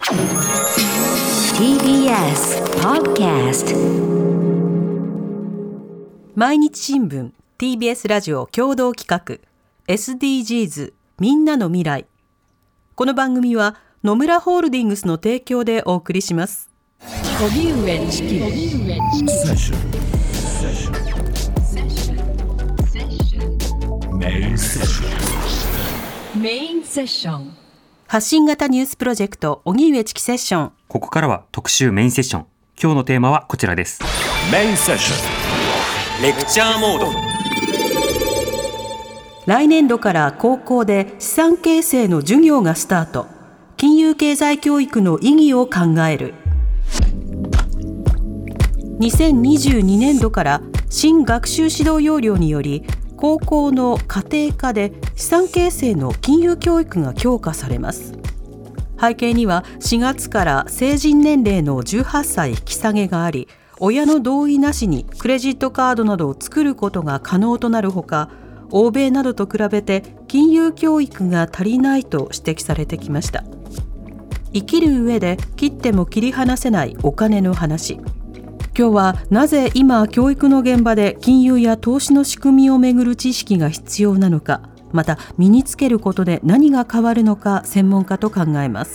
TBS Podcast 毎日新聞 TBS ラジオ共同企画 SDGs みんなの未来。この番組は野村ホールディングスの提供でお送りします。 荻上チキメインセッション。 発信型ニュースプロジェクト荻上チキセッション。 ここからは特集メインセッション。今日のテーマはこちらです。 メインセッション。 レクチャーモード。 来年度から高校で資産形成の授業がスタート。金融経済教育の意義を考える。2022年度から新学習指導要領により高校の家庭科で資産形成の金融教育が強化されます。背景には4月から成人年齢の18歳引き下げがあり、親の同意なしにクレジットカードなどを作ることが可能となるほか、欧米などと比べて金融教育が足りないと指摘されてきました。生きる上で切っても切り離せないお金の話。今日はなぜ今教育の現場で金融や投資の仕組みをめぐる知識が必要なのか、また身につけることで何が変わるのか専門家と考えます。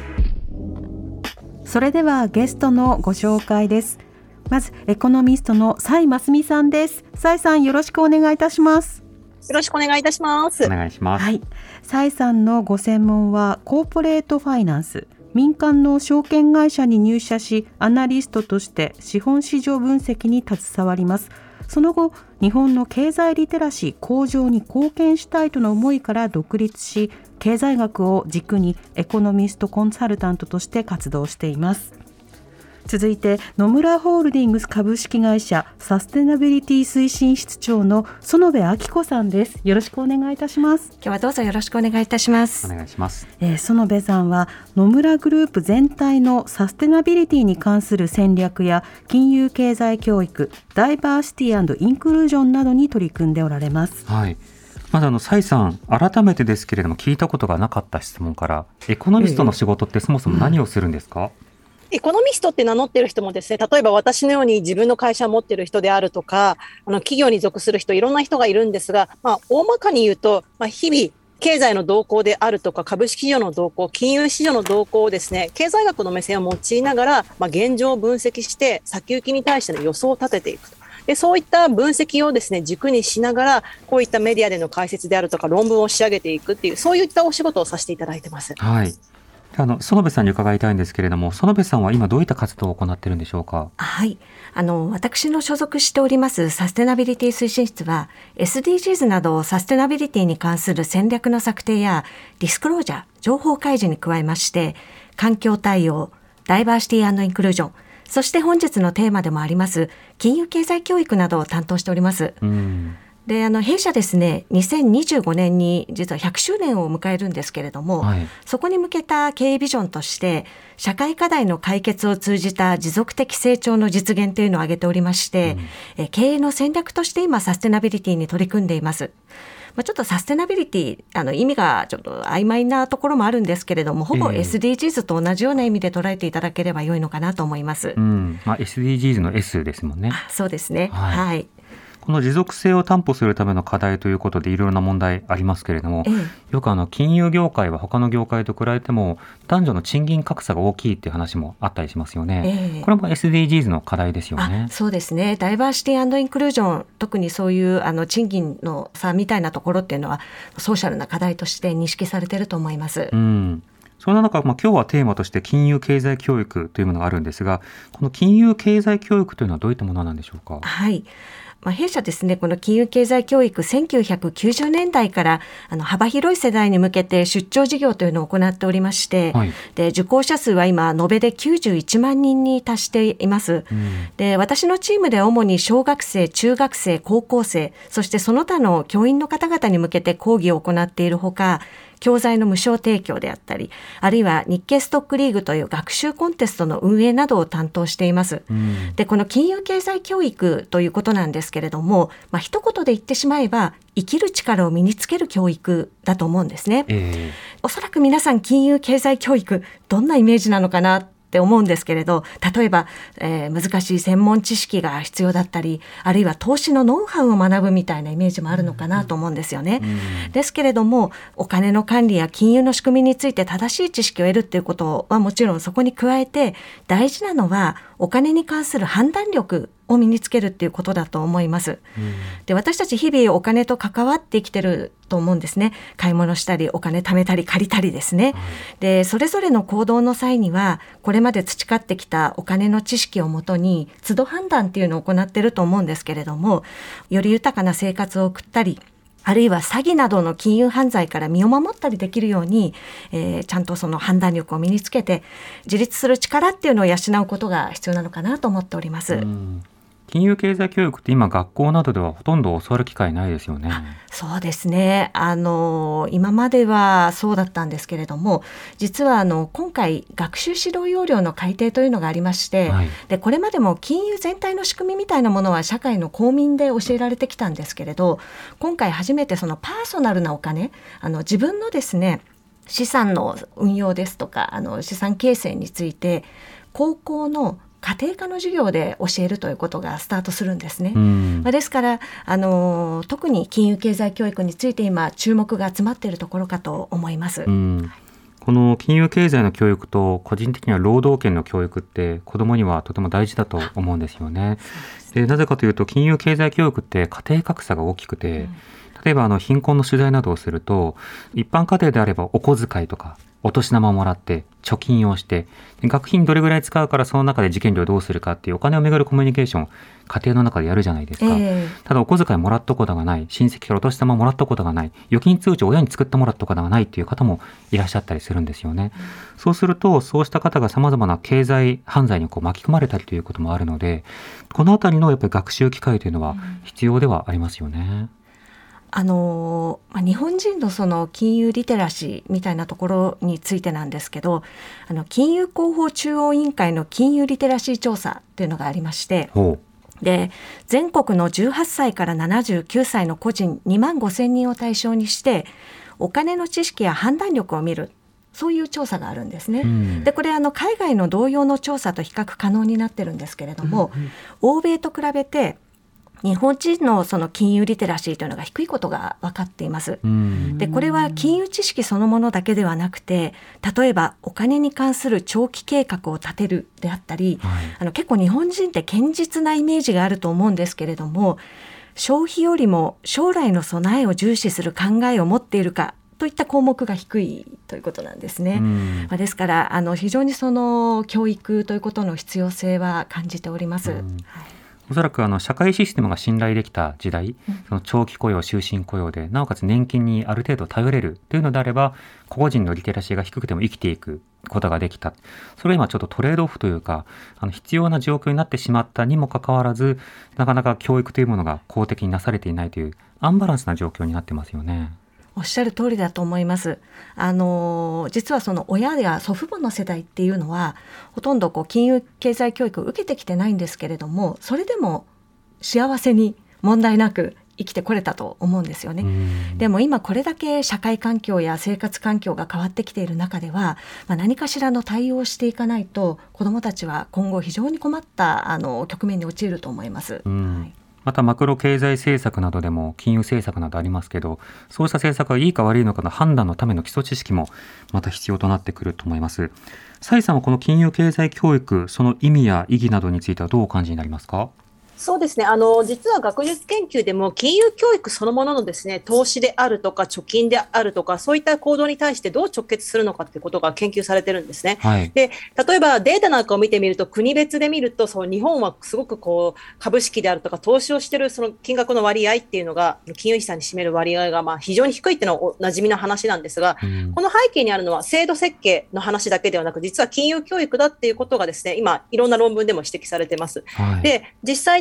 それではゲストのご紹介です。まずエコノミストの蔡真澄さんです。蔡さん、よろしくお願いいたします。 よろしくお願いいたします。 お願いします。 はい、蔡さんのご専門はコーポレートファイナンス、民間の証券会社に入社し、アナリストとして資本市場分析に携わります。その後、日本の経済リテラシー向上に貢献したいとの思いから独立し、経済学を軸にエコノミストコンサルタントとして活動しています。続いて野村ホールディングス株式会社サステナビリティ推進室長の園部明子さんです。よろしくお願いいたします。 今日はどうぞよろしくお願いいたします。 お願いします。 園部さんは野村グループ全体のサステナビリティに関する戦略や金融経済教育、ダイバーシティ&インクルージョンなどに取り組んでおられます。 はい。まず蔡さん、改めてですけれども、聞いたことがなかった質問から、エコノミストの仕事ってそもそも何をするんですか？ エコノミストって名乗ってる人もですね、例えば私のように自分の会社を持ってる人であるとか、企業に属する人、いろんな人がいるんですが、大まかに言うと、日々経済の動向であるとか、株式市場の動向、金融市場の動向をですね、経済学の目線を用いながら、現状を分析して先行きに対しての予想を立てていくと。で、そういった分析をですね、軸にしながら、こういったメディアでの解説であるとか、論文を仕上げていくっていう、そういったお仕事をさせていただいてます。 はい。園部さんに伺いたいんですけれども、園部さんは今どういった活動を行っているんでしょうか？ はい、私の所属しておりますサステナビリティ推進室は SDGs などサステナビリティに関する戦略の策定やディスクロージャー、情報開示に加えまして、環境対応、ダイバーシティ&インクルージョン、そして本日のテーマでもあります金融経済教育などを担当しております。で、弊社ですね、2025年に実は100周年を迎えるんですけれども、そこに向けた経営ビジョンとして社会課題の解決を通じた持続的成長の実現というのを挙げておりまして、経営の戦略として今サステナビリティに取り組んでいます。ちょっとサステナビリティ意味がちょっと曖昧なところもあるんですけれども、ほぼ SDGs と同じような意味で捉えていただければ良いのかなと思います。 SDGs の S ですもんね。 そうですね。はい。 この持続性を担保するための課題ということでいろいろな問題ありますけれども、よく金融業界は他の業界と比べても男女の賃金格差が大きいっていう話もあったりしますよね。これも SDGs の課題ですよね。 そうですね。ダイバーシティ&インクルージョン、特にそういう賃金の差みたいなところっていうのはソーシャルな課題として認識されていると思います。 そんな中、今日はテーマとして金融経済教育というものがあるんですが、この金融経済教育というのはどういったものなんでしょうか？ はい。弊社ですね、この金融経済教育1990年代から幅広い世代に向けて出張事業というのを行っておりまして、で受講者数は今延べで91万人に達しています。で、私のチームでは主に小学生、中学生、高校生、そしてその他の教員の方々に向けて講義を行っているほか、 教材の無償提供であったり、あるいは日経ストックリーグという学習コンテストの運営などを担当しています。で、この金融経済教育ということなんですけれども、一言で言ってしまえば生きる力を身につける教育だと思うんですね。おそらく皆さん金融経済教育どんなイメージなのかなって思うんですけれど、例えば、難しい専門知識が必要だったり、あるいは投資のノウハウを学ぶみたいなイメージもあるのかなと思うんですよね。ですけれども、お金の管理や金融の仕組みについて正しい知識を得るっていうことはもちろんそこに加えて、大事なのはお金に関する判断力を身につけるっていうことだと思います。で、私たち日々お金と関わって生きてると思うんですね。買い物したりお金貯めたり借りたりですね。で、それぞれの行動の際にはこれまで培ってきたお金の知識をもとに都度判断っていうのを行っていると思うんですけれども、より豊かな生活を送ったり、あるいは詐欺などの金融犯罪から身を守ったりできるように、ちゃんとその判断力を身につけて自立する力っていうのを養うことが必要なのかなと思っております。 金融経済教育って今学校などではほとんど教わる機会ないですよね。 そうですね。今まではそうだったんですけれども、実は今回学習指導要領の改定というのがありまして、でこれまでも金融全体の仕組みみたいなものは社会の公民で教えられてきたんですけれど、今回初めてそのパーソナルなお金、自分のですね資産の運用ですとか資産形成について高校の家庭科の授業で教えるということがスタートするんですね。ですから特に金融経済教育について今注目が集まっているところかと思います。 この金融経済の教育と個人的には労働権の教育って子どもにはとても大事だと思うんですよね。で、なぜかというと金融経済教育って家庭格差が大きくて、例えば貧困の取材などをすると、一般家庭であればお小遣いとかお年玉をもらって貯金をして学費どれぐらい使うからその中で受験料どうするかっていうお金をめぐるコミュニケーション家庭の中でやるじゃないですか。ただお小遣いもらったことがない、親戚からお年玉もらったことがない、預金通帳親に作ってもらったことがないっていう方もいらっしゃったりするんですよね。そうするとそうした方がさまざまな経済犯罪に巻き込まれたりということもあるので、このあたりのやっぱり学習機会というのは必要ではありますよね。 日本人のその金融リテラシーみたいなところについてなんですけど、金融広報中央委員会の金融リテラシー調査というのがありまして、で全国の18歳から79歳の個人2万5,000人を対象にしてお金の知識や判断力を見る、そういう調査があるんですね。でこれ海外の同様の調査と比較可能になってるんですけれども、欧米と比べて日本人のその金融リテラシーというのが低いことが分かっています。でこれは金融知識そのものだけではなくて、例えばお金に関する長期計画を立てるであったり、結構日本人って堅実なイメージがあると思うんですけれども、消費よりも将来の備えを重視する考えを持っているかといった項目が低いということなんですね。ですから非常にその教育ということの必要性は感じております。 おそらく社会システムが信頼できた時代、その長期雇用終身雇用でなおかつ年金にある程度頼れるというのであれば、個々人のリテラシーが低くても生きていくことができた。それは今ちょっとトレードオフというか必要な状況になってしまったにもかかわらず、なかなか教育というものが公的になされていないというアンバランスな状況になってますよね。 おっしゃる通りだと思います。実はその親や祖父母の世代っていうのはほとんど金融経済教育を受けてきてないんですけれども、それでも幸せに問題なく生きてこれたと思うんですよね。でも今これだけ社会環境や生活環境が変わってきている中では、何かしらの対応をしていかないと子どもたちは今後非常に困った局面に陥ると思います。 またマクロ経済政策などでも金融政策などありますけど、そうした政策がいいか悪いのかの判断のための基礎知識もまた必要となってくると思います。蔡さんはこの金融経済教育、その意味や意義などについてはどうお感じになりますか？ そうですね。実は学術研究でも金融教育そのもののですね、投資であるとか貯金であるとか、そういった行動に対してどう直結するのかということが研究されてるんですね。で、例えばデータなんかを見てみると、国別で見ると、日本はすごく株式であるとか投資をしているその金額の割合っていうのが、金融資産に占める割合が非常に低いっていうのはおなじみの話なんですが、この背景にあるのは制度設計の話だけではなく、実は金融教育だっていうことがですね、今いろんな論文でも指摘されています。で、実際に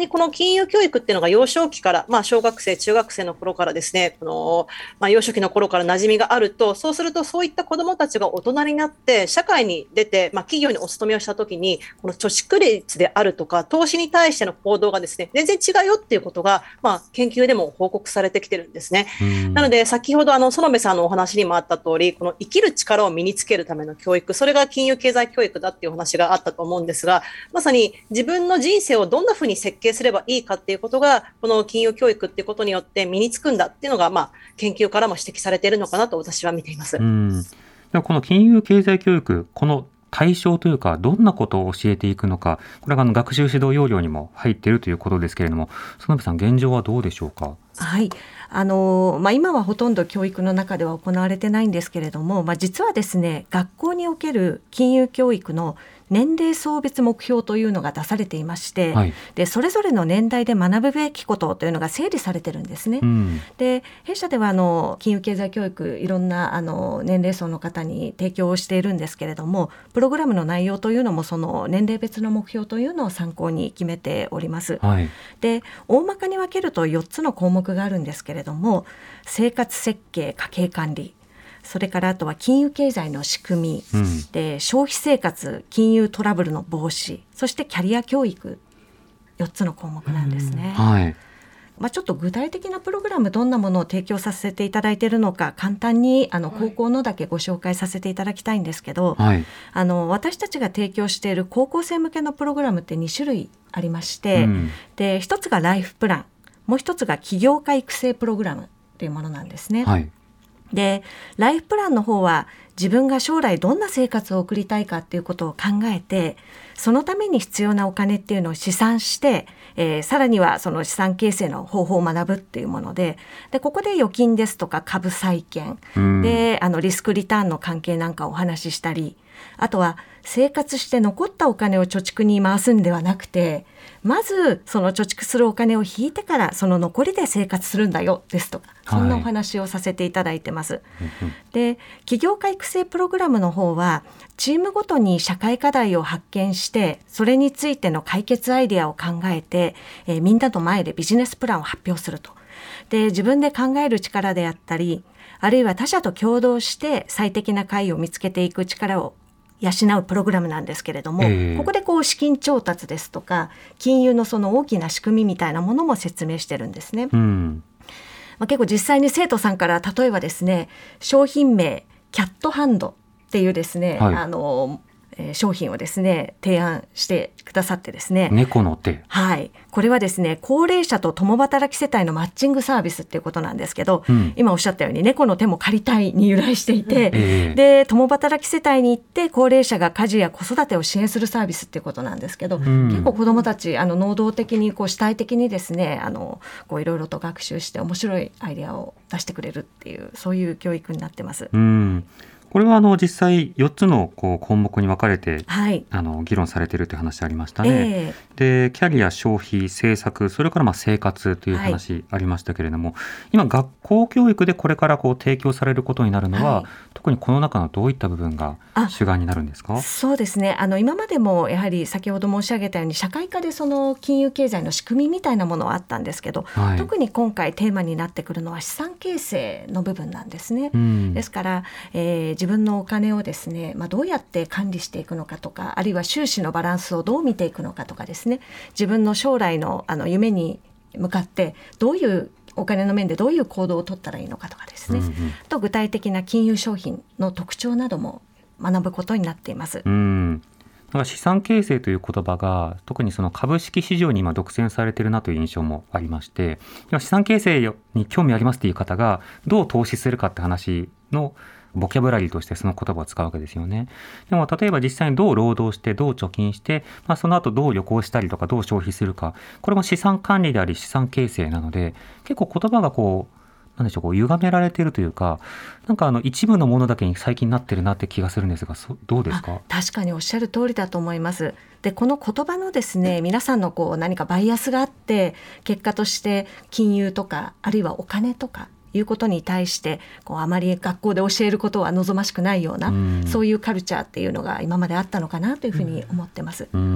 にこの金融教育っていうのが幼少期から、小学生、中学生の頃からですね、幼少期の頃から馴染みがあると、そうするとそういった子どもたちが大人になって社会に出て、企業にお勤めをしたときに、この貯蓄率であるとか投資に対しての行動がですね、全然違うよっていうことが、研究でも報告されてきてるんですね。なので先ほど園部さんのお話にもあった通り、この生きる力を身につけるための教育、それが金融経済教育だっていうお話があったと思うんですが、まさに自分の人生をどんなふうに設計すればいいかっていうことが、この金融教育っていうことによって身につくんだっていうのが、研究からも指摘されているのかなと私は見ています。 でもこの金融経済教育、この対象というかどんなことを教えていくのか、これが学習指導要領にも入っているということですけれども、園部さん、現状はどうでしょうか。 はい、今はほとんど教育の中では行われてないんですけれども、実はですね、学校における金融教育の年齢層別目標というのが出されていまして、でそれぞれの年代で学ぶべきことというのが整理されてるんですね。で弊社では金融経済教育いろんな年齢層の方に提供をしているんですけれども、プログラムの内容というのもその年齢別の目標というのを参考に決めております。で大まかに分けると4つの項目があるんですけれども、生活設計、家計管理、それからあとは金融経済の仕組み、で消費生活、金融トラブルの防止、そしてキャリア教育、4つの項目なんですね。ちょっと具体的なプログラムどんなものを提供させていただいているのか、簡単に高校のだけご紹介させていただきたいんですけど、私たちが提供している高校生向けのプログラムって2種類ありまして、で1つがライフプラン、もう1つが起業家育成プログラムというものなんですね。でライフプランの方は自分が将来どんな生活を送りたいかっていうことを考えて、そのために必要なお金っていうのを試算して、さらにはその資産形成の方法を学ぶっていうもので、ここで預金ですとか株債券でリスクリターンの関係なんかをお話ししたり、あとは生活して残ったお金を貯蓄に回すんではなくて、まずその貯蓄するお金を引いてからその残りで生活するんだよですとか、そんなお話をさせていただいてます。で起業家育成プログラムの方はチームごとに社会課題を発見して、それについての解決アイデアを考えて、みんなの前でビジネスプランを発表すると。で自分で考える力であったり、あるいは他者と共同して最適な解を見つけていく力を養うプログラムなんですけれども、ここで資金調達ですとか金融のその大きな仕組みみたいなものも説明してるんですね。結構実際に生徒さんから例えばですね、商品名キャットハンドっていうですね、商品をですね提案してくださってですね、 猫の手、 これはですね高齢者と共働き世帯のマッチングサービスっていうことなんですけど、今おっしゃったように猫の手も借りたいに由来していて、で共働き世帯に行って高齢者が家事や子育てを支援するサービスっていうことなんですけど、結構子どもたち能動的に主体的にですねいろいろと学習して面白いアイデアを出してくれるっていう、そういう教育になってます。 これは実際4つの項目に分かれて、議論されているという話ありましたね。でキャリア、消費、政策、それから生活という話ありましたけれども、今学校教育でこれから提供されることになるのは、特にこの中のどういった部分が主眼になるんですか？ そうですね、今までもやはり先ほど申し上げたように社会科でその金融経済の仕組みみたいなものはあったんですけど、特に今回テーマになってくるのは資産形成の部分なんですね。ですから、自分のお金をですね、どうやって管理していくのかとか、あるいは収支のバランスをどう見ていくのかとかですね、自分の将来の夢に向かってどういうお金の面でどういう行動を取ったらいいのかとかですね、と具体的な金融商品の特徴なども学ぶことになっています。 資産形成という言葉が特にその株式市場に今独占されているなという印象もありまして、資産形成に興味ありますという方がどう投資するかって話のボキャブラリーとしてその言葉を使うわけですよね。でも例えば実際にどう労働してどう貯金して、その後どう旅行したりとかどう消費するか、これも資産管理であり資産形成なので、結構言葉がなんでしょう、歪められているというか、一部のものだけに最近なってるなって気がするんですが、どうですか？ 確かにおっしゃる通りだと思います。でこの言葉のですね、皆さんの何かバイアスがあって、結果として金融とかあるいはお金とかいうことに対してあまり学校で教えることは望ましくないような、そういうカルチャーっていうのが今まであったのかなというふうに思ってます。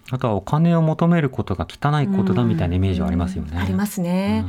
あとはお金を求めることが汚いことだみたいなイメージはありますよね。 ありますね。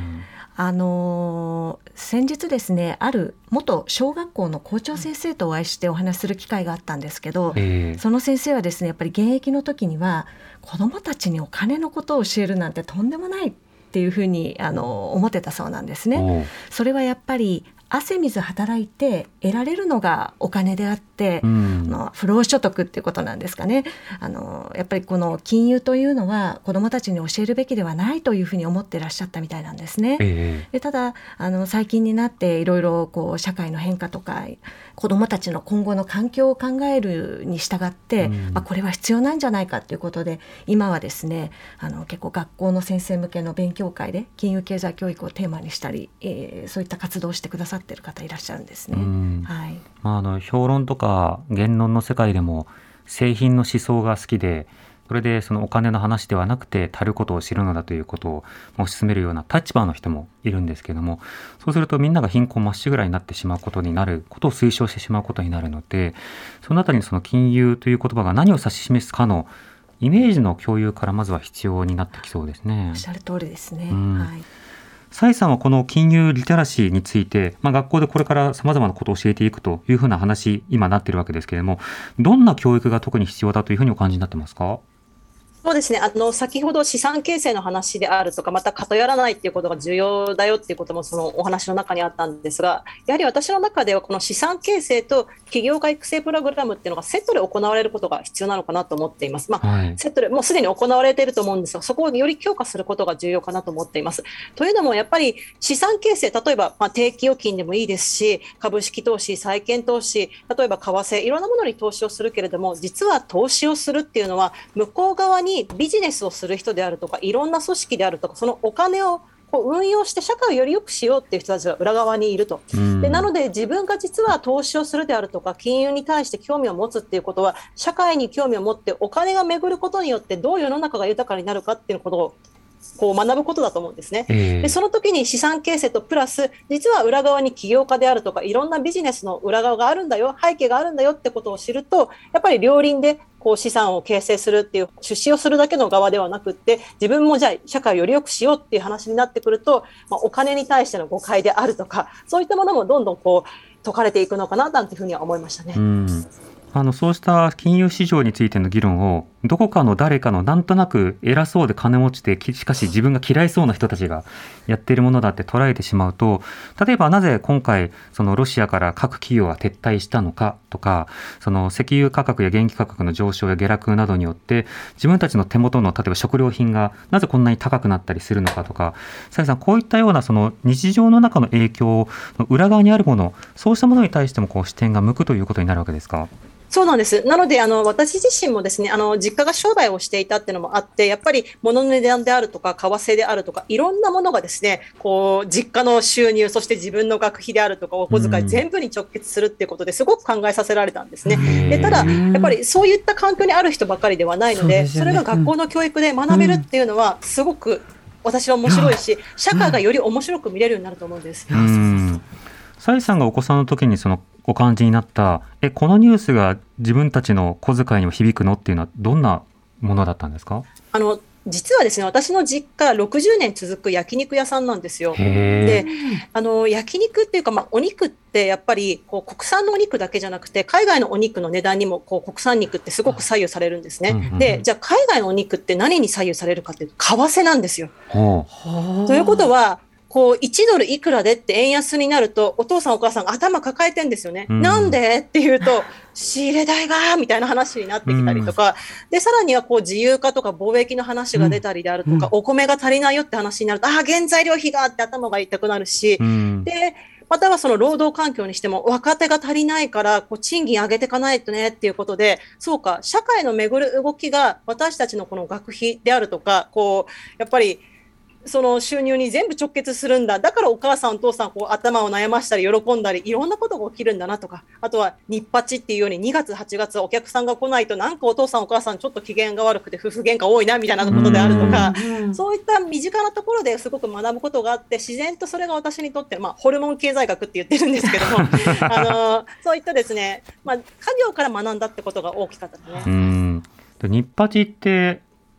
先日ですね、ある元小学校の校長先生とお会いしてお話しする機会があったんですけど、その先生はですね、やっぱり現役の時には子どもたちにお金のことを教えるなんてとんでもないっていうふうに思ってたそうなんですね。それはやっぱり汗水働いて得られるのがお金であって、不労所得っていうことなんですかね。やっぱりこの金融というのは子どもたちに教えるべきではないというふうに思ってらっしゃったみたいなんですね。でただ最近になっていろいろこう社会の変化とか子どもたちの今後の環境を考えるに従って、これは必要なんじゃないかということで、今はですね結構学校の先生向けの勉強会で金融経済教育をテーマにしたり、そういった活動をしてくださっている方いらっしゃるんですね。 評論とか言論の世界でも製品の思想が好きで、それでそのお金の話ではなくて足ることを知るのだということを推し進めるような立場の人もいるんですけども、そうするとみんなが貧困まっしぐらになってしまうことになることを推奨してしまうことになるので、そのあたりにその金融という言葉が何を指し示すかのイメージの共有からまずは必要になってきそうですね。 おっしゃる通りですね。 蔡さんはこの金融リテラシーについて、学校でこれから様々なことを教えていくというふうな話今なっているわけですけれども、どんな教育が特に必要だというふうにお感じになってますか？ そうですね、先ほど資産形成の話であるとか、また偏らないっていうことが重要だよっていうこともそのお話の中にあったんですが、やはり私の中ではこの資産形成と起業家育成プログラムっていうのがセットで行われることが必要なのかなと思っています。セットでもうすでに行われていると思うんですが、そこをより強化することが重要かなと思っています。というのもやっぱり資産形成、例えば定期預金でもいいですし、株式投資、債券投資、例えば為替、いろんなものに投資をするけれども、実は投資をするっていうのは向こう側にビジネスをする人であるとか、いろんな組織であるとか、そのお金を運用して社会をより良くしようっていう人たちが裏側にいると。でなので自分が実は投資をするであるとか金融に対して興味を持つっていうことは、社会に興味を持ってお金が巡ることによってどう世の中が豊かになるかっていうことを学ぶことだと思うんですね。でその時に資産形成とプラス、実は裏側に起業家であるとかいろんなビジネスの裏側があるんだよ、背景があるんだよってことを知ると、やっぱり両輪で資産を形成するっていう出資をするだけの側ではなくって、自分もじゃあ社会をより良くしようっていう話になってくると、お金に対しての誤解であるとか、そういったものもどんどん解かれていくのかななんていうふうには思いましたね。 そうした金融市場についての議論をどこかの誰かのなんとなく偉そうで金持ちでしかし自分が嫌いそうな人たちがやっているものだって捉えてしまうと、例えばなぜ今回そのロシアから各企業が撤退したのかとか、その石油価格や原油価格の上昇や下落などによって自分たちの手元の例えば食料品がなぜこんなに高くなったりするのかとか、蔡さんこういったようなその日常の中の影響の裏側にあるもの、そうしたものに対しても視点が向くということになるわけですか？ そうなんです。なので私自身もですね、実家が商売をしていたっていうのもあって、やっぱり物の値段であるとか為替であるとかいろんなものがですね、実家の収入、そして自分の学費であるとかお小遣い全部に直結するっていうことですごく考えさせられたんですね。でただやっぱりそういった環境にある人ばかりではないので、それが学校の教育で学べるっていうのはすごく私は面白いし、社会がより面白く見れるようになると思うんです。 蔡さんがお子さんの時にそのお感じになったこのニュースが自分たちの小遣いにも響くのっていうのはどんなものだったんですか？ 実はですね、私の実家60年続く焼肉屋さんなんですよ。で焼肉っていうか、お肉ってやっぱり国産のお肉だけじゃなくて海外のお肉の値段にも国産肉ってすごく左右されるんですね。でじゃあ海外のお肉って何に左右されるかっていうと為替なんですよ。ということは1ドルいくらでって円安になるとお父さんお母さんが頭抱えてんですよね。なんでっていうと仕入れ代がみたいな話になってきたりとか、でさらには自由化とか貿易の話が出たりであるとか、お米が足りないよって話になると原材料費がって頭が痛くなるし、でまたはその労働環境にしても若手が足りないから賃金上げていかないとねっていうことで、そうか社会の巡る動きが私たちのこの学費であるとかやっぱりその収入に全部直結するんだ、だからお母さんお父さん頭を悩ましたり喜んだりいろんなことが起きるんだなとか、あとは日八っていうように2月8月お客さんが来ないとなんかお父さんお母さんちょっと機嫌が悪くて夫婦喧嘩多いなみたいなことであるとか、そういった身近なところですごく学ぶことがあって、自然とそれが私にとってホルモン経済学って言ってるんですけどもそういったですね、家業から学んだってことが大きかったですね。 日八って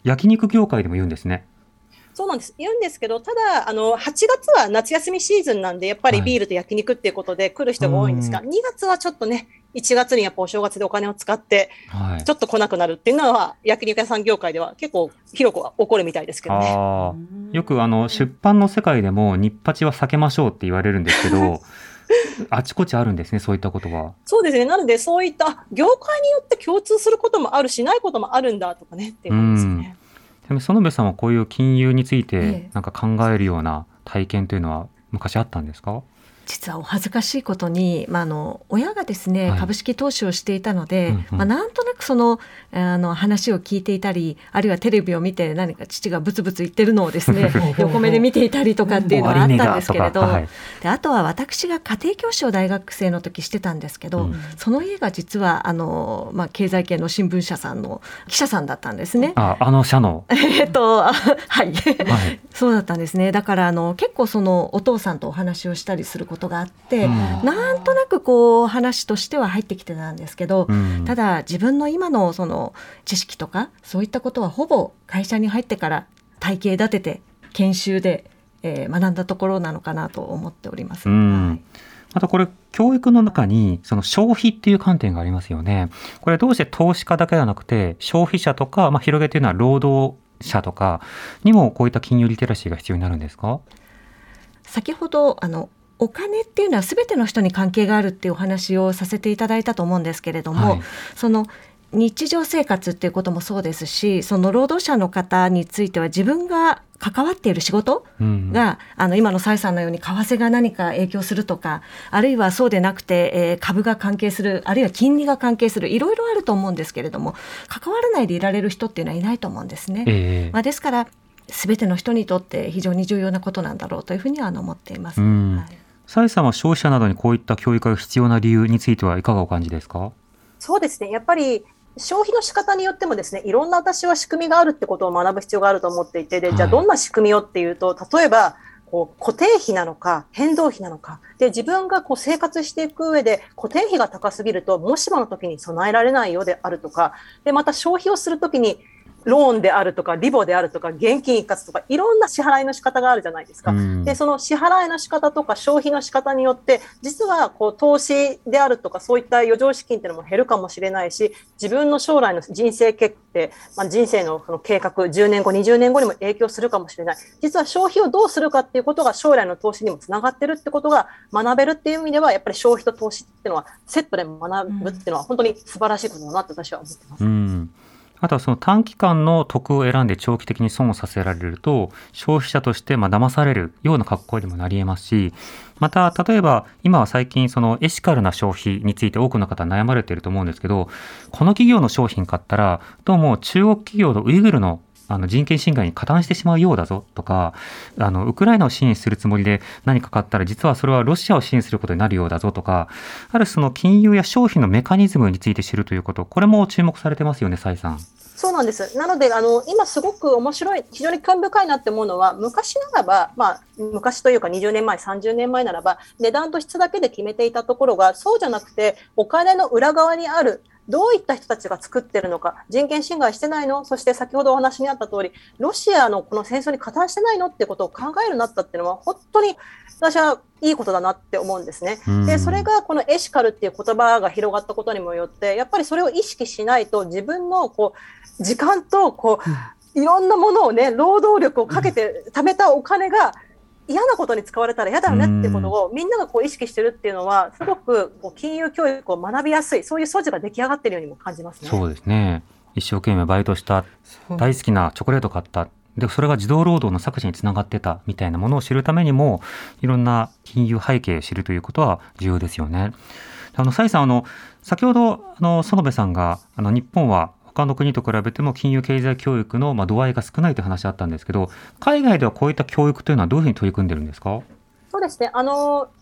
焼肉業界でも言うんですね。 そうなんです。言うんですけど、ただ、8月は夏休みシーズンなんで、やっぱりビールと焼肉っていうことで来る人が多いんですが、2月はちょっとね、1月にやっぱお正月でお金を使って、ちょっと来なくなるっていうのは、焼肉屋さん業界では結構広く起こるみたいですけどね。 よく出版の世界でも、日八は避けましょうって言われるんですけど、あちこちあるんですね、そういったことは。 そうですね。なので、そういった業界によって共通することもあるし、ないこともあるんだとかね、っていう感じですね。 園部さんはこういう金融についてなんか考えるような体験というのは昔あったんですか？ 実はお恥ずかしいことに、親がですね、株式投資をしていたので、なんとなくその話を聞いていたり、あるいはテレビを見て何か父がブツブツ言ってるのをですね横目で見ていたりとかっていうのはあったんですけれど、であとは私が家庭教師を大学生の時してたんですけど、その家が実は経済系の新聞社さんの記者さんだったんですね。 社のはい、そうだったんですね。だから結構そのお父さんとお話をしたりすることがあって、なんとなくこう話としては入ってきてたんですけど、ただ自分の今のその知識とかそういったことはほぼ会社に入ってから体系立てて研修で、学んだところなのかなと思っております。またこれ教育の中にその消費っていう観点がありますよね。これどうして投資家だけではなくて消費者とか、広げていうのは労働者とかにもこういった金融リテラシーが必要になるんですか？ 先ほどお金っていうのは全ての人に関係があるっていうお話をさせていただいたと思うんですけれども、その日常生活っていうこともそうですし、その労働者の方については自分が関わっている仕事が、今の蔡さんのように為替が何か影響するとか、あるいはそうでなくて、株が関係する、あるいは金利が関係する、いろいろあると思うんですけれども、関わらないでいられる人っていうのはいないと思うんですね。ですから全ての人にとって非常に重要なことなんだろうというふうには思っています。 蔡さんは消費者などにこういった教育が必要な理由についてはいかがお感じですか？ そうですね。やっぱり消費の仕方によってもですね、いろんな私は仕組みがあるってことを学ぶ必要があると思っていて、じゃあどんな仕組みをっていうと、例えば固定費なのか変動費なのかで、自分が生活していく上で固定費が高すぎるともしもの時に備えられないようであるとかで、また消費をする時にローンであるとかリボであるとか現金一括とかいろんな支払いの仕方があるじゃないですか。でその支払いの仕方とか消費の仕方によって実は投資であるとかそういった余剰資金っていうのも減るかもしれないし、自分の将来の人生決定、人生のその計画10年後20年後にも影響するかもしれない。実は消費をどうするかっていうことが将来の投資にもつながってるってことが学べるっていう意味では、やっぱり消費と投資っていうのはセットで学ぶっていうのは本当に素晴らしいことだなって私は思ってます。 あとはその短期間の得を選んで長期的に損をさせられると消費者として騙されるような格好にもなり得ますし、また例えば今は最近そのエシカルな消費について多くの方悩まれていると思うんですけど、この企業の商品買ったらどうも中国企業のウイグルの人権侵害に加担してしまうようだぞとか、ウクライナを支援するつもりで何か買ったら実はそれはロシアを支援することになるようだぞとか、あるその金融や商品のメカニズムについて知るということ、これも注目されてますよね、蔡さん。 そうなんです。なので今すごく面白い、非常に興味深いなって思うのは、昔ならば、昔というか20年前30年前ならば値段と質だけで決めていたところが、そうじゃなくてお金の裏側にあるどういった人たちが作ってるのか、人権侵害してないの、そして先ほどお話にあった通りロシアのこの戦争に加担してないのってことを考えるようになったっていうのは本当に私はいいことだなって思うんですね。でそれがこのエシカルっていう言葉が広がったことにもよって、やっぱりそれを意識しないと自分の時間といろんなものをね、労働力をかけて貯めたお金が嫌なことに使われたら嫌だよねっていうことをみんなが意識してるっていうのは、すごく金融教育を学びやすい、そういう素地が出来上がっているようにも感じますね。 そうですね。一生懸命バイトした、大好きなチョコレート買った、でそれが児童労働の削除につながってたみたいなものを知るためにも、いろんな金融背景を知るということは重要ですよね。蔡さん、先ほど園部さんが日本は他の国と比べても金融経済教育の度合いが少ないという話あったんですけど、海外ではこういった教育というのはどういうふうに取り組んでるんですか？ そうですね。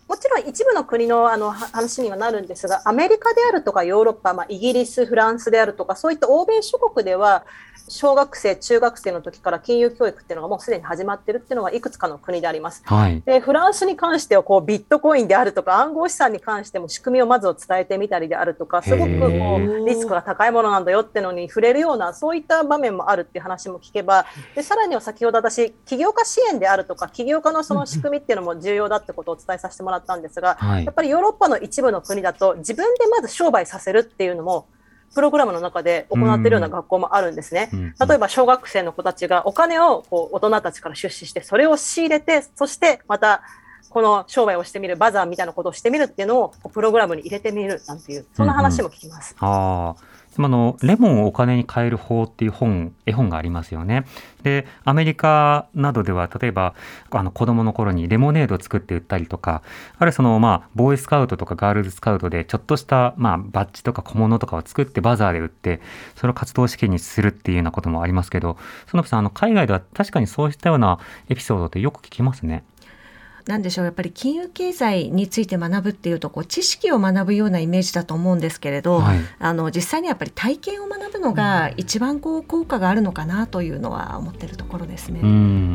もちろん一部の国の話にはなるんですが、アメリカであるとかヨーロッパ、イギリス、フランスであるとか、そういった欧米諸国では小学生、中学生の時から金融教育っていうのがもうすでに始まっているっていうのがいくつかの国であります。 はい、 でフランスに関してはビットコインであるとか暗号資産に関しても仕組みをまず伝えてみたりであるとか、すごくリスクが高いものなんだよっていうのに触れるような、そういった場面もあるっていう話も聞けば、でさらには先ほど私起業家支援であるとか起業家のその仕組みっていうのも重要だってことをお伝えさせてもらったんですが、やっぱりヨーロッパの一部の国だと自分でまず商売させるっていうのもプログラムの中で行っているような学校もあるんですね。例えば小学生の子たちがお金を大人たちから出資して、それを仕入れて、そしてまたこの商売をしてみる、バザーみたいなことをしてみるっていうのをプログラムに入れてみるなんていう、そんな話も聞きます。 レモンをお金に変える法っていう絵本がありますよね。でアメリカなどでは例えば子供の頃にレモネードを作って売ったりとか、あるいはボーイスカウトとかガールズスカウトでちょっとしたバッジとか小物とかを作ってバザーで売って、それを活動資金にするっていうようなこともありますけど、園部さん海外では確かにそうしたようなエピソードってよく聞きますね。 なんでしょう、やっぱり金融経済について学ぶっていうと知識を学ぶようなイメージだと思うんですけれど、実際にやっぱり体験を学ぶのが一番効果があるのかなというのは思っているところですね。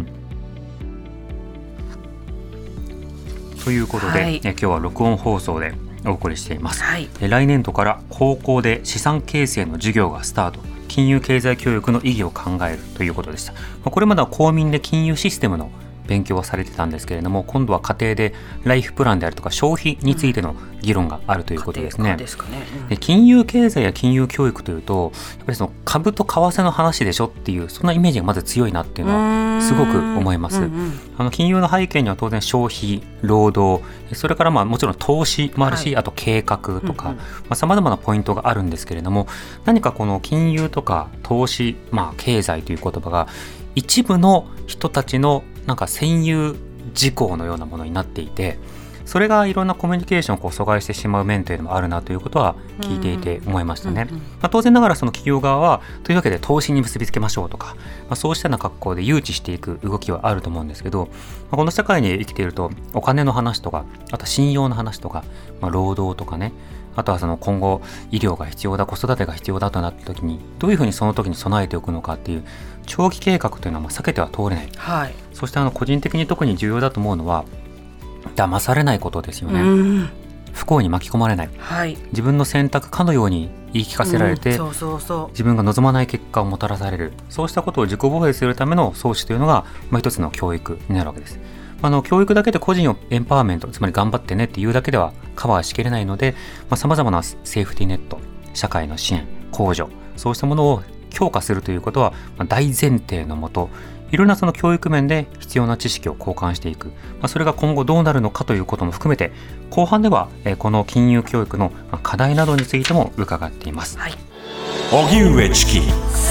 ということで、今日は録音放送でお送りしています。来年度から高校で資産形成の授業がスタート、金融経済教育の意義を考えるということでした。これまでは公民で金融システムの勉強はされてたんですけれども、今度は家庭でライフプランであるとか消費についての議論があるということですね。で金融経済や金融教育というと、やっぱりその株と為替の話でしょっていう、そんなイメージがまず強いなっていうのはすごく思います。金融の背景には当然消費、労働、それからもちろん投資もあるし、あと計画とか様々なポイントがあるんですけれども、何かこの金融とか投資、経済という言葉が一部の人たちの占有事項のようなものになっていて、それがいろんなコミュニケーションを阻害してしまう面というのもあるなということは聞いていて思いましたね。当然ながらその企業側はというわけで投資に結びつけましょうとか、そうしたような格好で誘致していく動きはあると思うんですけど、この社会に生きているとお金の話とか、あと信用の話とか、労働とかね、あとはその今後医療が必要だ、子育てが必要だとなった時にどういうふうにその時に備えておくのかっていう長期計画というのは避けては通れない。そして個人的に特に重要だと思うのは騙されないことですよね。不幸に巻き込まれない、自分の選択かのように言い聞かせられて、自分が望まない結果をもたらされる、そうしたことを自己防衛するための装置というのが一つの教育になるわけです。教育だけで個人をエンパワーメント、つまり頑張ってねっていうだけではカバーしきれないので、様々なセーフティーネット、社会の支援、控除、そうしたものを強化するということは大前提のもと、いろんなその教育面で必要な知識を交換していく、それが今後どうなるのかということも含めて、後半ではこの金融教育の課題などについても伺っています。 荻上チキ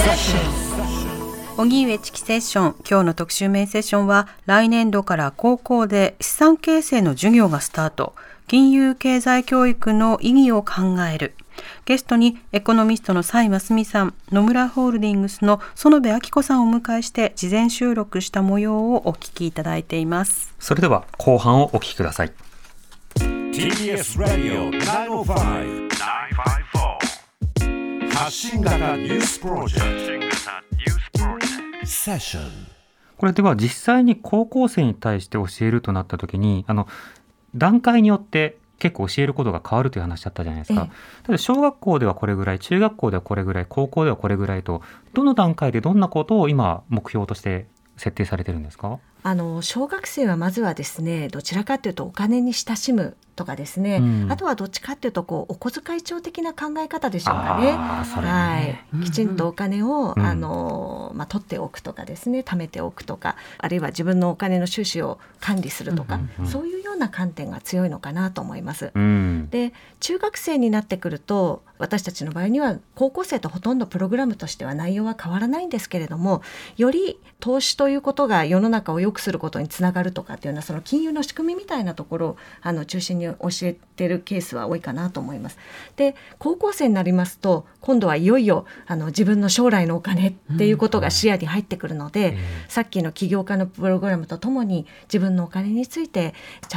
荻上チキセッション、今日の特集メインセッションは、来年度から高校で資産形成の授業がスタート、金融経済教育の意義を考える。ゲストにエコノミストの蔡真澄さん、野村ホールディングスの園部昭子さんをお迎えして事前収録した模様をお聞きいただいています。 それでは後半をお聞きください。 TBS Radio 905-954発信型ニュースプロジェクトセッション。 これでは実際に高校生に対して教えるとなった時に、段階によって結構教えることが変わるという話だったじゃないですか。ただ小学校ではこれぐらい、中学校ではこれぐらい、高校ではこれぐらいと、どの段階でどんなことを今目標として設定されてるんですか？ 小学生はまずはですね、どちらかというとお金に親しむとかですね、あとはどっちかというとお小遣い帳的な考え方でしょうかね。きちんとお金を、取っておくとかですね、貯めておくとか、あるいは自分のお金の収支を管理するとか、そういうような観点が強いのかなと思います。で、中学生になってくると、私たちの場合には高校生とほとんどプログラムとしては内容は変わらないんですけれども、より投資ということが世の中を良くすることにつながるとかっていうような、その金融の仕組みみたいなところを中心に教えてるケースは多いかなと思います。で、高校生になりますと、今度はいよいよ自分の将来のお金っていうことが視野に入ってくるので、さっきの起業家のプログラムとともに自分のお金についてちゃ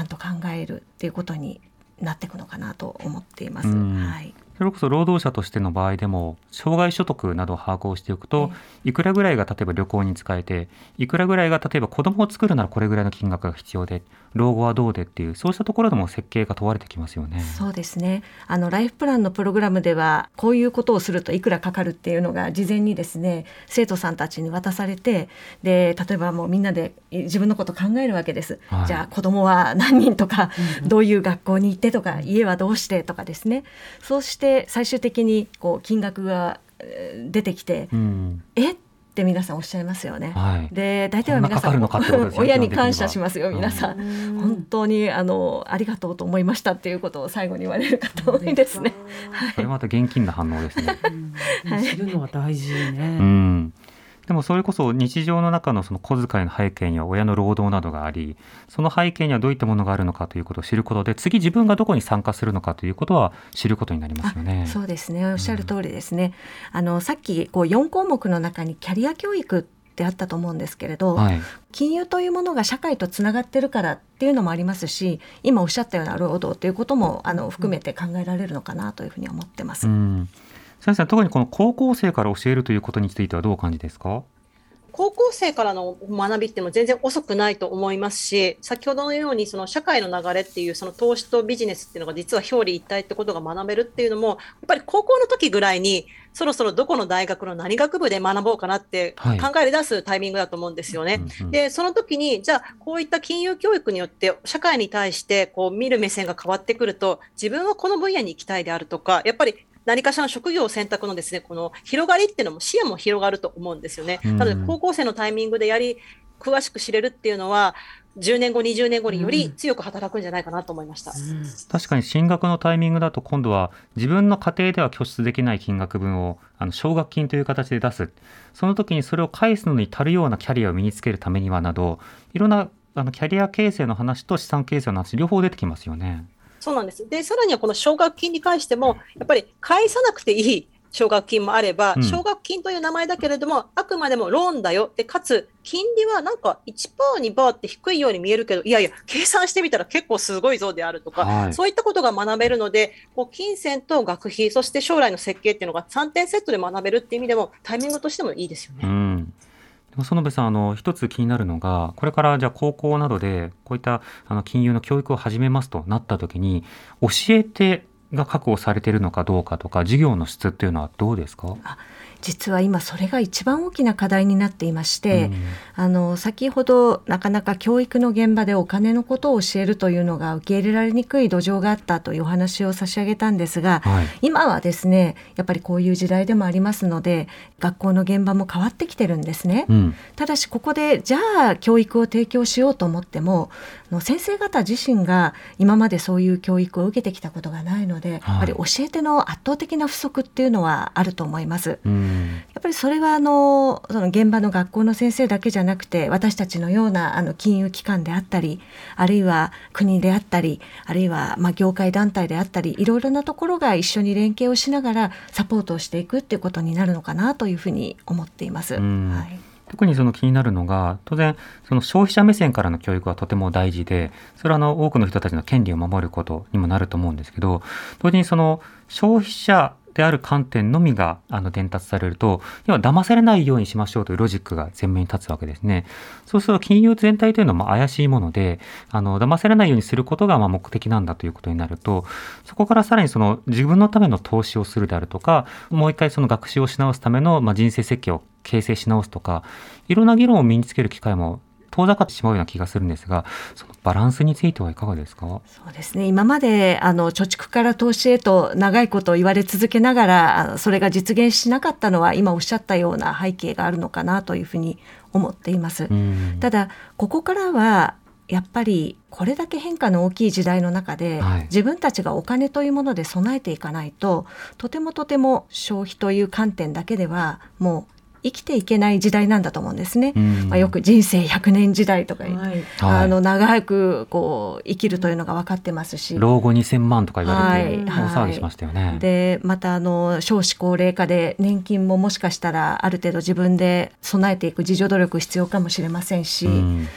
ゃんと考えるっていうことになっていくのかなと思っています。はい、 それこそ労働者としての場合でも障害所得などを把握をしておくと、いくらぐらいが例えば旅行に使えて、いくらぐらいが例えば子供を作るならこれぐらいの金額が必要で、老後はどうでっていう、そうしたところでも設計が問われてきますよね。 そうですね。ライフプランのプログラムではこういうことをするといくらかかるっていうのが事前にですね、生徒さんたちに渡されて、で例えばもうみんなで自分のこと考えるわけです、はい、じゃあ子供は何人とか、どういう学校に行ってとか、家はどうしてとかですね。そうして最終的にこう金額が出てきて、って皆さんおっしゃいますよね。はい、で大体は皆さん親に感謝しますよ。皆さん本当にありがとうと思いましたっていうことを最後に言われる方多いですね。 それまた現金な反応ですね。 知るのは大事ね。 でもそれこそ日常の中のその小遣いの背景には親の労働などがあり、その背景にはどういったものがあるのかということを知ることで、次自分がどこに参加するのかということは知ることになりますよね。 そうですね、おっしゃる通りですね。さっき4項目の中にキャリア教育ってあったと思うんですけれど、金融というものが社会とつながってるからっていうのもありますし、今おっしゃったような労働ということも含めて考えられるのかなというふうに思ってます。 先生、特にこの高校生から教えるということについてはどうお感じですか？ 高校生からの学びっていうのも全然遅くないと思いますし、先ほどのようにその社会の流れっていうその投資とビジネスっていうのが実は表裏一体ってことが学べるっていうのも、やっぱり高校の時ぐらいにそろそろどこの大学の何学部で学ぼうかなって考え出すタイミングだと思うんですよね。でその時にじゃあこういった金融教育によって社会に対してこう見る目線が変わってくると、自分はこの分野に行きたいであるとか、やっぱり何かしらの職業選択のですね、この広がりっていうのも視野も広がると思うんですよね。なので高校生のタイミングで詳しく知れるっていうのは、10年後20年後により強く働くんじゃないかなと思いました。 確かに進学のタイミングだと、今度は自分の家庭では拠出できない金額分を奨学金という形で出す、その時にそれを返すのに足るようなキャリアを身につけるためにはなど、いろんなキャリア形成の話と資産形成の話、両方出てきますよね。 そうなんです。でさらにはこの奨学金に関しても、やっぱり返さなくていい奨学金もあれば、奨学金という名前だけれどもあくまでもローンだよ。でかつ金利はなんか 1%、2% って低いように見えるけど、いやいや計算してみたら結構すごいぞであるとか、そういったことが学べるので、こう金銭と学費、そして将来の設計っていうのが3点セットで学べるっていう意味でもタイミングとしてもいいですよね。 園部さん、一つ気になるのが、これからじゃあ高校などでこういった金融の教育を始めますとなった時に、教え手が確保されているのかどうかとか、授業の質っていうのはどうですか？ 実は今それが一番大きな課題になっていまして、先ほどなかなか教育の現場でお金のことを教えるというのが受け入れられにくい土壌があったというお話を差し上げたんですが、今はですね、やっぱりこういう時代でもありますので、学校の現場も変わってきてるんですね。ただしここでじゃあ教育を提供しようと思っても、先生方自身が今までそういう教育を受けてきたことがないので、やっぱり教え手の圧倒的な不足っていうのはあると思います。やっぱりそれはその現場の学校の先生だけじゃなくて、私たちのような金融機関であったり、あるいは国であったり、あるいは業界団体であったり、いろいろなところが一緒に連携をしながらサポートをしていくっていうことになるのかなというふうに思っています。 特にその気になるのが、当然その消費者目線からの教育はとても大事で、それは多くの人たちの権利を守ることにもなると思うんですけど、同時にその消費者である観点のみが伝達されると、要は騙されないようにしましょうというロジックが前面に立つわけですね。そうすると金融全体というのも怪しいもので、騙されないようにすることが目的なんだということになると、そこからさらにその自分のための投資をするであるとか、もう一回その学習をし直すための人生設計を形成し直すとか、いろんな議論を身につける機会も遠ざかってしまうような気がするんですが、そのバランスについてはいかがですか？ そうですね、今まで貯蓄から投資へと長いこと言われ続けながら、それが実現しなかったのは今おっしゃったような背景があるのかなというふうに思っています。ただここからはやっぱりこれだけ変化の大きい時代の中で、自分たちがお金というもので備えていかないと、とても消費という観点だけではもう生きていけない時代なんだと思うんですね。よく人生100年時代とか、長く生きるというのが分かってますし、 老後2000万とか言われて大騒ぎしましたよね。 でまた少子高齢化で年金ももしかしたらある程度自分で備えていく自助努力必要かもしれませんし、あ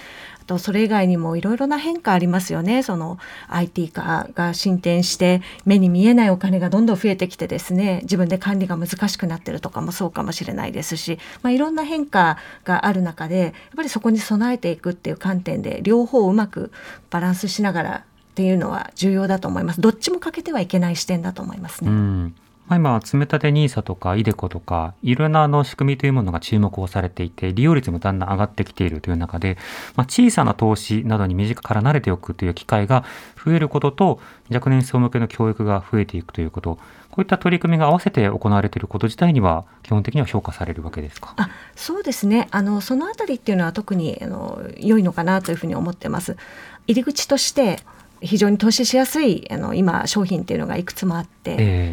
とそれ以外にもいろいろな変化ありますよね。その IT 化が進展して目に見えないお金がどんどん増えてきてですね、自分で管理が難しくなってるとかもそうかもしれないですし、いろんな変化がある中でやっぱりそこに備えていくっていう観点で両方をうまくバランスしながらっていうのは重要だと思います。どっちも欠けてはいけない視点だと思いますね。 今積立 NISA とかiDeCoとかいろんな仕組みというものが注目をされていて、利用率もだんだん上がってきているという中で、小さな投資などに身近から慣れておくという機会が増えることと、若年層向けの教育が増えていくということ、こういった取り組みが合わせて行われていること自体には基本的には評価されるわけですか？ そうですね。そのあたりっていうのは特に良いのかなというふうに思ってます。入り口として非常に投資しやすい今商品っていうのがいくつもあって、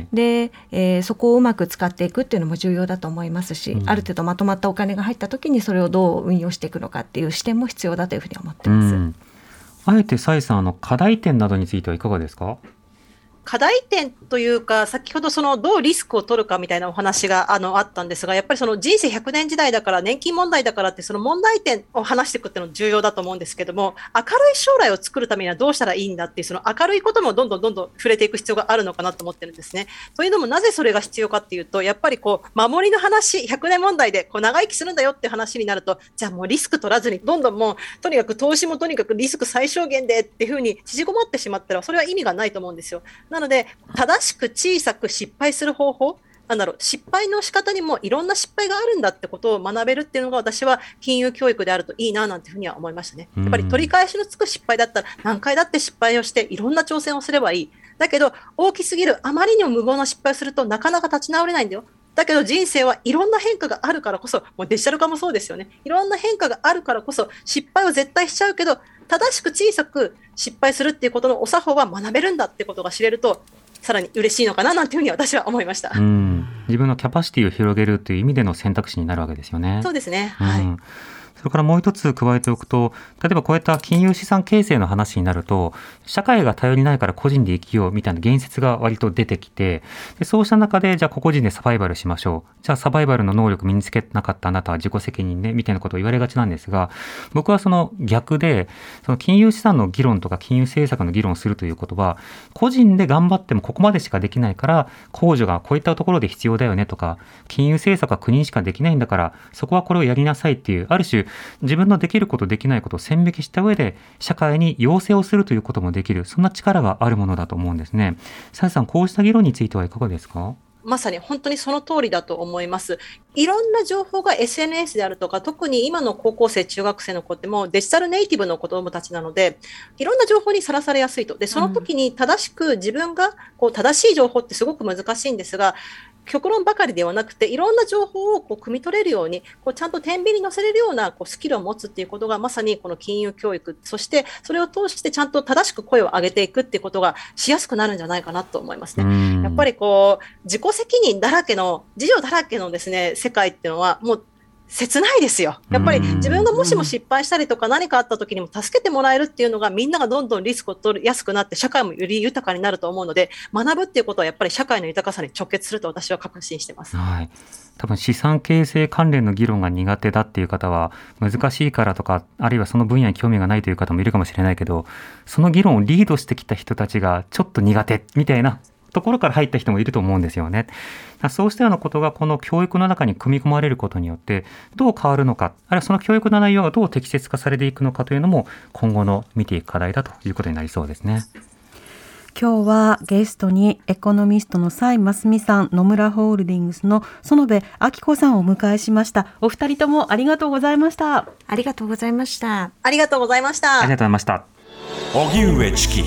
で、そこをうまく使っていくっていうのも重要だと思いますし、ある程度まとまったお金が入った時にそれをどう運用していくのかっていう視点も必要だというふうに思ってます。 あえて蔡さん、課題点などについてはいかがですか？ 課題点というか、先ほどどうリスクを取るかみたいなお話があったんですが、やっぱり人生100年時代だから、年金問題だからってその問題点を話していくっていうのが重要だと思うんですけども、明るい将来を作るためにはどうしたらいいんだっていう、その明るいこともどんどん触れていく必要があるのかなと思ってるんですね。というのも、なぜそれが必要かっていうと、やっぱり守りの話、100年問題で長生きするんだよって話になると、じゃあもうリスク取らずにどんどんもうとにかく投資もとにかくリスク最小限でっていう風に縮こまってしまったら、それは意味がないと思うんですよ。なので正しく小さく失敗する方法、失敗の仕方にもいろんな失敗があるんだってことを学べるっていうのが、私は金融教育であるといいななんていうふうには思いましたね。やっぱり取り返しのつく失敗だったら何回だって失敗をしていろんな挑戦をすればいい。だけど大きすぎるあまりにも無謀な失敗をするとなかなか立ち直れないんだよ。だけど人生はいろんな変化があるからこそ、もうデジタル化もそうですよね。いろんな変化があるからこそ失敗を絶対しちゃうけど、正しく小さく失敗するっていうことのお作法は学べるんだってことが知れると、さらに嬉しいのかななんていうふうに私は思いました。 自分のキャパシティを広げるという意味での選択肢になるわけですよね。 そうですね。はい。 それからもう一つ加えておくと、例えばこういった金融資産形成の話になると、社会が頼りないから個人で生きようみたいな言説が割と出てきて、でそうした中でじゃあ個人でサバイバルしましょう、じゃあサバイバルの能力身につけなかったあなたは自己責任ねみたいなことを言われがちなんですが、僕はその逆で、その金融資産の議論とか金融政策の議論をするということは、個人で頑張ってもここまでしかできないから控除がこういったところで必要だよねとか、金融政策は国にしかできないんだからそこはこれをやりなさいっていう、ある種自分のできることできないことを線引きした上で社会に要請をするということもできる、そんな力があるものだと思うんですね。蔡さん、こうした議論についてはいかがですか？ まさに本当にその通りだと思います。いろんな情報が SNS であるとか、特に今の高校生中学生の子ってもうデジタルネイティブの子どもたちなので、いろんな情報にさらされやすいと。でその時に正しく自分が正しい情報ってすごく難しいんですが、極論ばかりではなくていろんな情報を汲み取れるようにちゃんと天秤に乗せれるようなスキルを持つっていうことが、まさにこの金融教育、そしてそれを通してちゃんと正しく声を上げていくっていうことがしやすくなるんじゃないかなと思いますね。やっぱり自己責任だらけの自助だらけのですね、世界っていうのはもう切ないですよ。やっぱり自分がもしも失敗したりとか何かあった時にも助けてもらえるっていうのが、みんながどんどんリスクを取りやすくなって社会もより豊かになると思うので、学ぶっていうことはやっぱり社会の豊かさに直結すると私は確信してます。 はい、多分資産形成関連の議論が苦手だっていう方は、難しいからとか、あるいはその分野に興味がないという方もいるかもしれないけど、その議論をリードしてきた人たちがちょっと苦手みたいなところから入った人もいると思うんですよね。そうしたようなことがこの教育の中に組み込まれることによってどう変わるのか、あるいはその教育の内容がどう適切化されていくのかというのも今後の見ていく課題だということになりそうですね。 今日はゲストにエコノミストの蔡真澄さん、野村ホールディングスの園部明子さんをお迎えしました。お二人ともありがとうございました。 ありがとうございました。 ありがとうございました。 ありがとうございました。 荻上チキ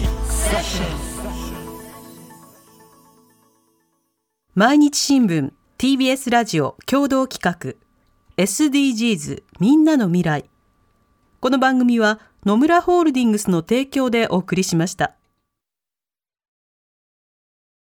毎日新聞 TBS ラジオ共同企画 SDGs みんなの未来。この番組は野村ホールディングスの提供でお送りしました。